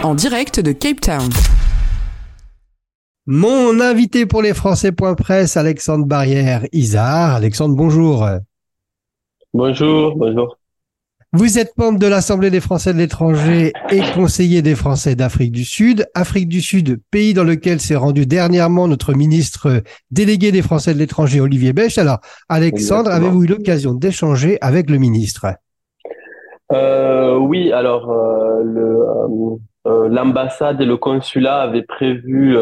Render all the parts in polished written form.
en direct de Cape Town. Mon invité pour les Français.press, Alexandre Barrière-Izard. Alexandre, bonjour. Bonjour. Vous êtes membre de l'Assemblée des Français de l'étranger et conseiller des Français d'Afrique du Sud. Afrique du Sud, pays dans lequel s'est rendu dernièrement notre ministre délégué des Français de l'étranger, Olivier Bech. Alors, Alexandre, avez-vous eu l'occasion d'échanger avec le ministre? Oui, alors l'ambassade et le consulat avaient prévu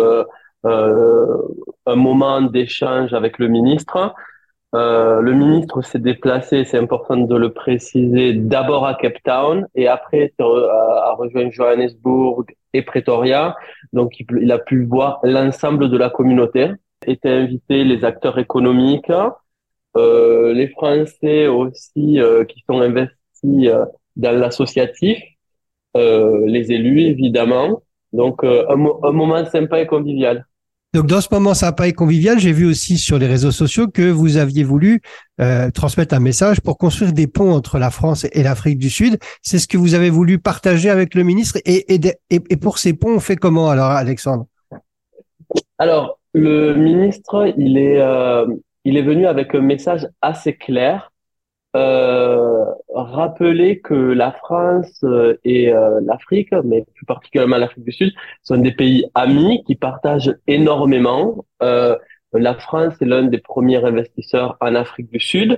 un moment d'échange avec le ministre. Le ministre s'est déplacé, c'est important de le préciser, d'abord à Cape Town et après a rejoint Johannesburg et Pretoria. Donc il a pu voir l'ensemble de la communauté. Étaient invités les acteurs économiques, les Français aussi qui sont investis dans l'associatif, les élus évidemment. Donc un moment sympa et convivial. Donc, dans ce moment sympa et convivial, j'ai vu aussi sur les réseaux sociaux que vous aviez voulu transmettre un message pour construire des ponts entre la France et l'Afrique du Sud. C'est ce que vous avez voulu partager avec le ministre. Et pour ces ponts, on fait comment alors, Alexandre? Alors, le ministre, il est venu avec un message assez clair. Rappeler que la France et l'Afrique, mais plus particulièrement l'Afrique du Sud, sont des pays amis qui partagent énormément. La France est l'un des premiers investisseurs en Afrique du Sud.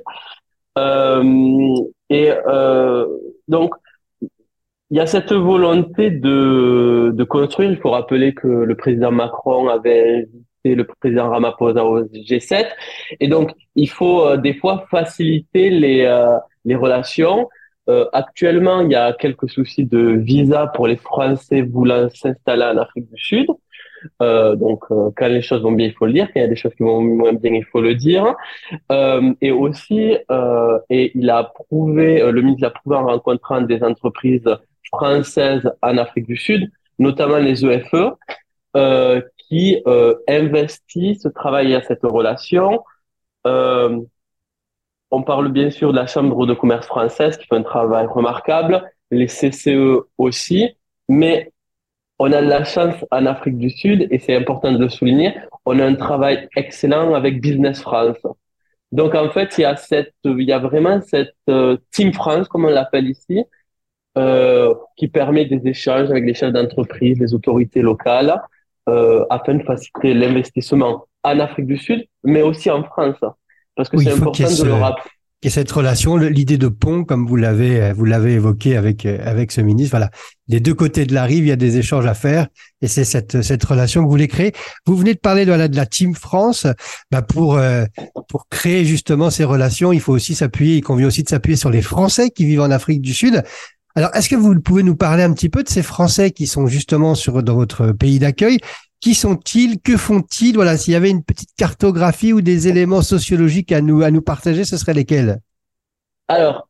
Donc, il y a cette volonté de construire. Il faut rappeler que le président Macron avait invité le président Ramaphosa au G7. Et donc, il faut des fois faciliter les relations. Actuellement, il y a quelques soucis de visa pour les Français voulant s'installer en Afrique du Sud. Quand les choses vont bien, il faut le dire. Quand il y a des choses qui vont moins bien, il faut le dire. Et aussi, et il a prouvé, le ministre a prouvé en rencontrant des entreprises françaises en Afrique du Sud, notamment les EFE, qui investissent, travaillent à cette relation. On parle bien sûr de la Chambre de commerce française qui fait un travail remarquable, les CCE aussi, mais on a de la chance en Afrique du Sud, et c'est important de le souligner, on a un travail excellent avec Business France. Donc en fait, il y a vraiment cette Team France, comme on l'appelle ici, qui permet des échanges avec les chefs d'entreprise, les autorités locales, afin de faciliter l'investissement en Afrique du Sud, mais aussi en France. Parce que Oui, c'est il faut important de le rappeler. qu'il y ait cette relation, l'idée de pont, comme vous l'avez évoqué avec ce ministre. Voilà. Des deux côtés de la rive, il y a des échanges à faire, et c'est cette relation que vous voulez créer. Vous venez de parler de la Team France. Pour créer justement ces relations, il convient aussi de s'appuyer sur les Français qui vivent en Afrique du Sud. Alors, est-ce que vous pouvez nous parler un petit peu de ces Français qui sont justement dans votre pays d'accueil? Qui sont-ils? Que font-ils? Voilà, s'il y avait une petite cartographie ou des éléments sociologiques à nous partager, ce seraient lesquels? Alors,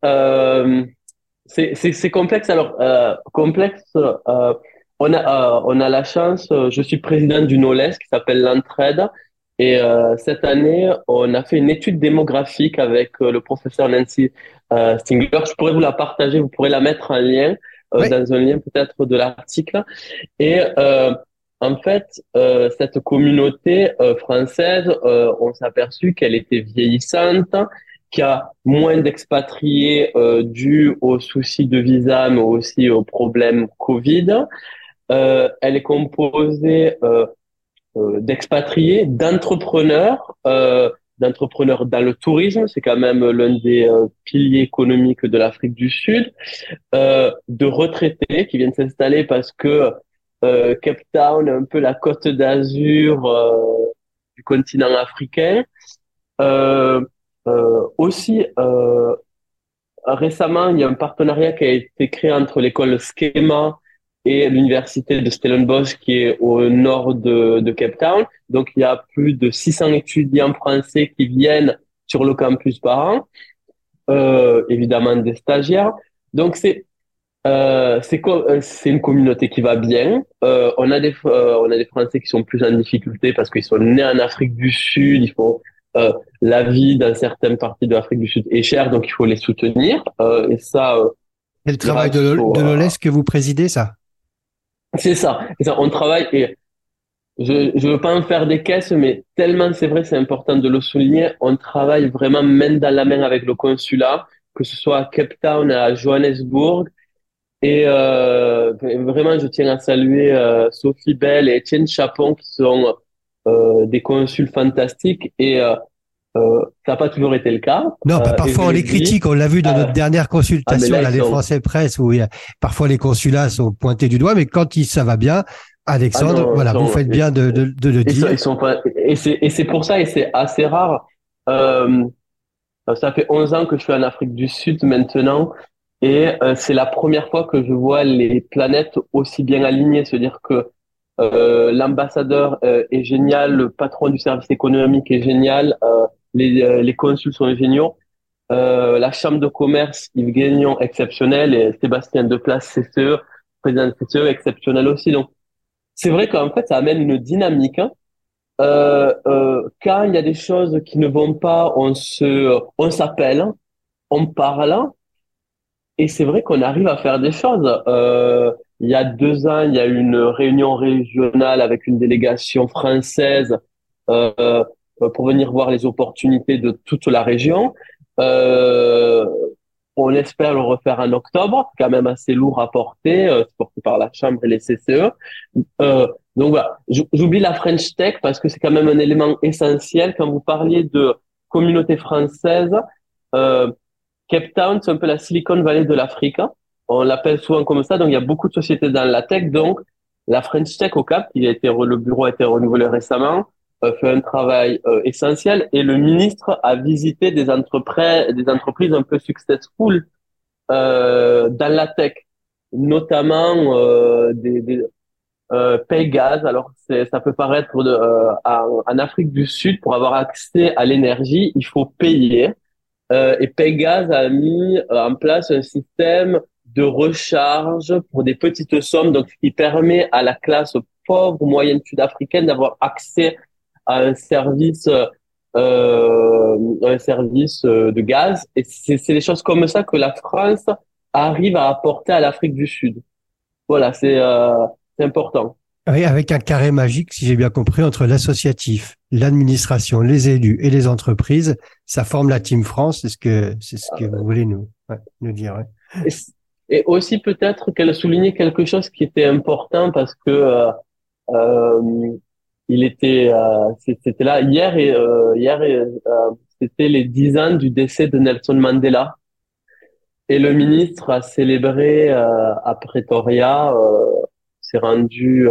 c'est complexe. Alors, complexe. On a la chance. Je suis président d'une OLES qui s'appelle l'Entraide, et cette année, on a fait une étude démographique avec le professeur Nancy Stingler. Je pourrais vous la partager. Vous pourrez la mettre en lien Oui. dans un lien peut-être de l'article. Et en fait, cette communauté française, on s'est aperçu qu'elle était vieillissante, qu'il y a moins d'expatriés dû aux soucis de visa, mais aussi aux problèmes Covid. Elle est composée d'expatriés, d'entrepreneurs dans le tourisme, c'est quand même l'un des piliers économiques de l'Afrique du Sud, de retraités qui viennent s'installer parce que Cape Town est un peu la Côte d'Azur du continent africain. Aussi, récemment, il y a un partenariat qui a été créé entre l'école Schema et l'université de Stellenbosch qui est au nord de Cape Town. Donc, il y a plus de 600 étudiants français qui viennent sur le campus par an, évidemment des stagiaires. Donc, c'est une communauté qui va bien. On a des Français qui sont plus en difficulté parce qu'ils sont nés en Afrique du Sud. La vie dans certaines parties de l'Afrique du Sud est chère, donc il faut les soutenir. Et ça. C'est le travail de l'OLES que vous présidez, ça? C'est ça. On travaille et je veux pas en faire des caisses, mais tellement c'est vrai, c'est important de le souligner. On travaille vraiment main dans la main avec le consulat, que ce soit à Cape Town, à Johannesburg. Et vraiment, je tiens à saluer Sophie Bell et Étienne Chapon, qui sont des consuls fantastiques. Et ça n'a pas toujours été le cas. Non, bah, Et je parfois on l'ai les dit. critique, on l'a vu dans notre Euh, dernière ah, mais consultation, là, là, ils les sont. Français Presse, où parfois les consulats sont pointés du doigt, mais quand ça va bien, Ah Alexandre, non, ils voilà, vous sont. faites bien de le dire. Ils sont pas. Et c'est pour ça, et c'est assez rare. Euh, Ça fait 11 ans que je suis en Afrique du Sud maintenant, et c'est la première fois que je vois les planètes aussi bien alignées. C'est-à-dire que l'ambassadeur est génial, le patron du service économique est génial, les consuls sont géniaux, la chambre de commerce, Yves Guignon, exceptionnel, et Sébastien Deplace, CCE, président de CCE, exceptionnel aussi. Donc, c'est vrai qu'en fait, ça amène une dynamique, hein. Quand il y a des choses qui ne vont pas, on s'appelle, on parle, et c'est vrai qu'on arrive à faire des choses. Il y a 2 ans, il y a eu une réunion régionale avec une délégation française euh, pour venir voir les opportunités de toute la région. Euh, on espère le refaire en octobre, quand même assez lourd à porter, porté par la Chambre et les CCE. Euh, donc voilà, j'oublie la French Tech parce que c'est quand même un élément essentiel. Quand vous parliez de communauté française, euh, Cape Town, c'est un peu la Silicon Valley de l'Afrique, hein. On l'appelle souvent comme ça. Donc il y a beaucoup de sociétés dans la tech. Donc la French Tech au Cap, le bureau a été renouvelé récemment, fait un travail essentiel. Et le ministre a visité des entreprises un peu successful dans la tech, notamment Paygaz. Alors, ça peut paraître en Afrique du Sud, pour avoir accès à l'énergie, il faut payer. Et Paygaz a mis en place un système de recharge pour des petites sommes, donc ce qui permet à la classe pauvre ou moyenne sud-africaine d'avoir accès à un service de gaz. Et c'est des choses comme ça que la France arrive à apporter à l'Afrique du Sud. Voilà, c'est important. Oui, avec un carré magique, si j'ai bien compris, entre l'associatif, l'administration, les élus et les entreprises, ça forme la Team France. C'est ce que vous voulez nous dire. Ouais. Et, et aussi peut-être qu'elle a souligné quelque chose qui était important parce que euh, c'était là c'était les 10 ans du décès de Nelson Mandela, et le ministre a célébré à Pretoria, s'est rendu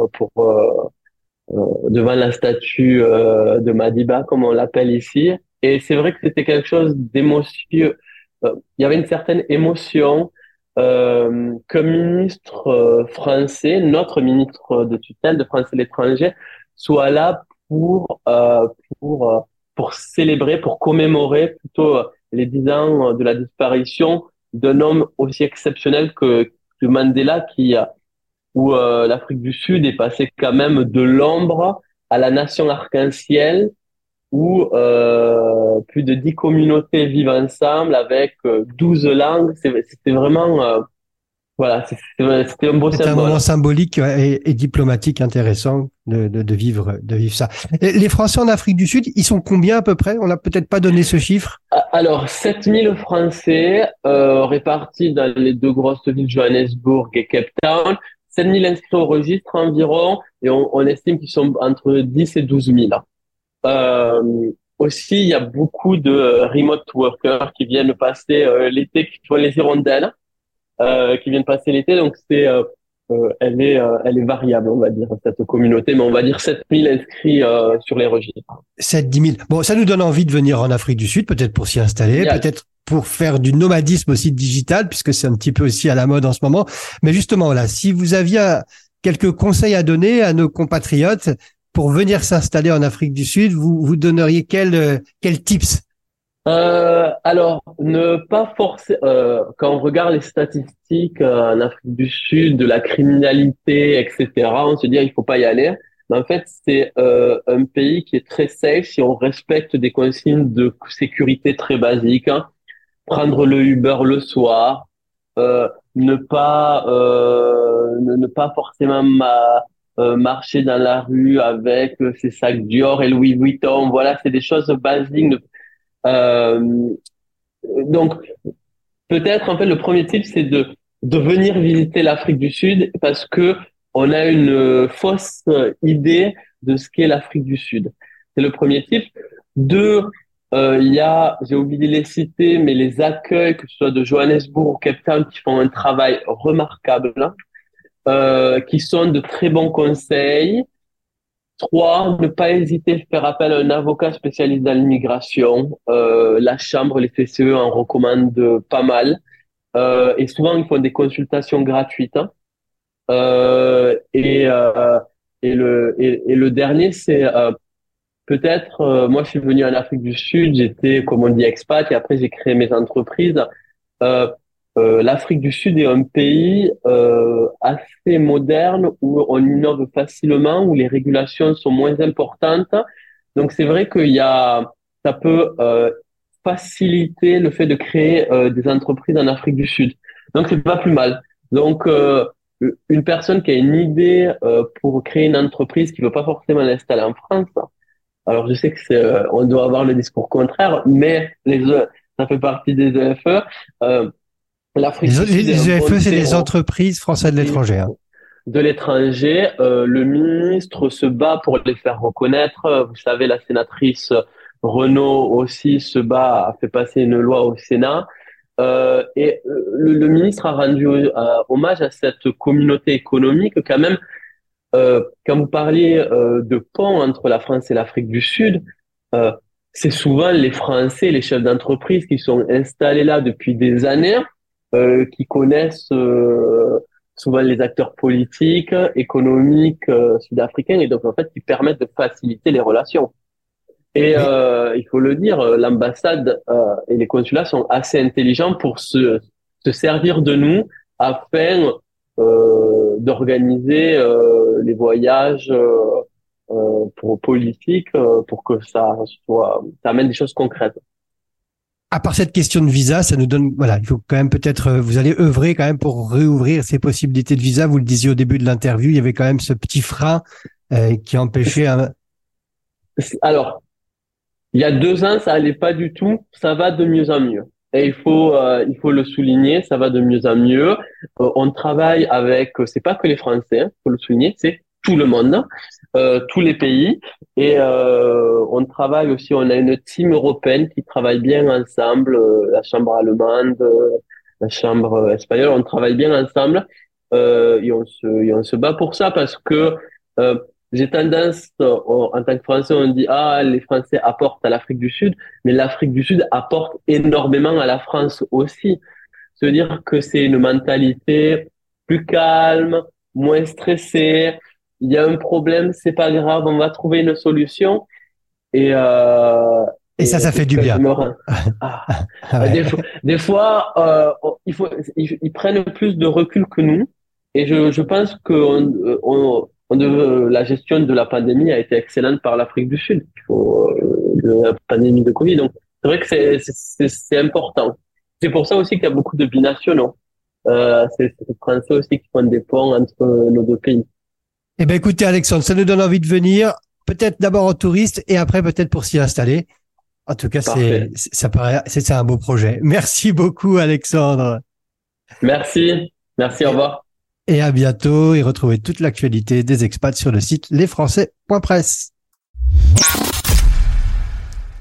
devant la statue de Madiba, comme on l'appelle ici. Et c'est vrai que c'était quelque chose d'émotionnel. Il y avait une certaine émotion qu'un ministre français, notre ministre de tutelle de France et l'étranger, soit là pour euh, pour célébrer, pour commémorer plutôt les 10 ans de la disparition d'un homme aussi exceptionnel que Mandela, où l'Afrique du Sud est passée quand même de l'ombre à la nation arc-en-ciel, où plus de 10 communautés vivent ensemble avec 12 langues. C'était vraiment, voilà, c'était un beau C'est un moment symbole. symbolique et diplomatique intéressant de vivre ça. Et les Français en Afrique du Sud, ils sont combien à peu près? On n'a peut-être pas donné ce chiffre. Alors, 7000 Français répartis dans les deux grosses villes, Johannesburg et Cape Town. 7000 inscrits au registre environ, et on estime qu'ils sont entre 10 et 12 000. Aussi, il y a beaucoup de remote workers qui viennent passer l'été, qui font les hirondelles, qui viennent passer l'été. Donc, elle est variable, on va dire, cette communauté, mais on va dire 7000 inscrits sur les registres. 7-10 000. Bon, ça nous donne envie de venir en Afrique du Sud, peut-être pour s'y installer, Génial. peut-être pour faire du nomadisme aussi digital, puisque c'est un petit peu aussi à la mode en ce moment. Mais justement, voilà, si vous aviez quelques conseils à donner à nos compatriotes pour venir s'installer en Afrique du Sud, vous donneriez quel tips? Alors, ne pas forcer. Quand on regarde les statistiques en Afrique du Sud, de la criminalité, etc., on se dit il faut pas y aller. Mais en fait, c'est un pays qui est très safe si on respecte des consignes de sécurité très basiques, hein. Prendre le Uber le soir, ne pas forcément marcher dans la rue avec ses sacs Dior et Louis Vuitton. Voilà, c'est des choses basiques. Euh, donc, peut-être, en fait, le premier tip, c'est de venir visiter l'Afrique du Sud parce que on a une fausse idée de ce qu'est l'Afrique du Sud. C'est le premier tip. Deux, il y a, j'ai oublié de les citer, mais les accueils, que ce soit de Johannesburg ou Cape Town, qui font un travail remarquable, hein, qui sont de très bons conseils. Trois, ne pas hésiter à faire appel à un avocat spécialiste dans l'immigration. La Chambre, les TCE en recommandent pas mal. Et souvent, ils font des consultations gratuites, hein. Euh, et, euh, et le dernier, c'est peut-être, moi, je suis venu en Afrique du Sud, j'étais, comme on dit, expat, et après, j'ai créé mes entreprises. Euh, L'Afrique du Sud est un pays assez moderne où on innove facilement, où les régulations sont moins importantes. Donc, c'est vrai ça peut faciliter le fait de créer des entreprises en Afrique du Sud. Donc, c'est pas plus mal. Donc, une personne qui a une idée pour créer une entreprise qui veut pas forcément l'installer en France. Alors, je sais que on doit avoir le discours contraire, mais ça fait partie des EFE. L'Afrique du Sud est un Les bon EFE, c'est les terreau entreprises françaises de l'étranger. Hein. de l'étranger. Le ministre se bat pour les faire reconnaître. Vous savez, la sénatrice Renaud aussi se bat, a fait passer une loi au Sénat. Le ministre a rendu hommage à cette communauté économique quand même. Quand vous parliez de pont entre la France et l'Afrique du Sud, euh, c'est souvent les Français, les chefs d'entreprise qui sont installés là depuis des années, qui connaissent souvent les acteurs politiques, économiques sud-africains, et donc en fait qui permettent de faciliter les relations. Et Oui. il faut le dire, l'ambassade et les consulats sont assez intelligents pour se servir de nous afin d'organiser les voyages pour politiques pour que ça amène des choses concrètes. À part cette question de visa, ça nous donne, voilà, il faut quand même peut-être, vous allez œuvrer quand même pour réouvrir ces possibilités de visa. Vous le disiez au début de l'interview, il y avait quand même ce petit frein qui empêchait Alors, il y a 2 ans, ça allait pas du tout. Ça va de mieux en mieux. Et il faut le souligner, ça va de mieux en mieux. On travaille avec, c'est pas que les Français, hein, faut le souligner, c'est tout le monde, tous les pays. Et on travaille aussi, on a une team européenne qui travaille bien ensemble, la chambre allemande, la chambre espagnole, on travaille bien ensemble. Et on se bat pour ça parce que euh, j'ai tendance, en tant que Français, on dit, ah, les Français apportent à l'Afrique du Sud, mais l'Afrique du Sud apporte énormément à la France aussi. Se dire que c'est une mentalité plus calme, moins stressée. Il y a un problème, c'est pas grave, on va trouver une solution. Et, euh, et ça fait du quand je bien. me rends, ah, Ouais. des fois, ils prennent plus de recul que nous. Et je pense que la gestion de la pandémie a été excellente par l'Afrique du Sud. De la pandémie de Covid. Donc, c'est vrai que c'est important. C'est pour ça aussi qu'il y a beaucoup de binationaux. C'est les Français aussi qui font des ponts entre nos deux pays. Eh ben, écoutez, Alexandre, ça nous donne envie de venir, peut-être d'abord en touriste et après peut-être pour s'y installer. En tout cas, Parfait. c'est un beau projet. Merci beaucoup, Alexandre. Merci. Merci, au revoir. Et à bientôt et retrouvez toute l'actualité des expats sur le site lesfrançais.press.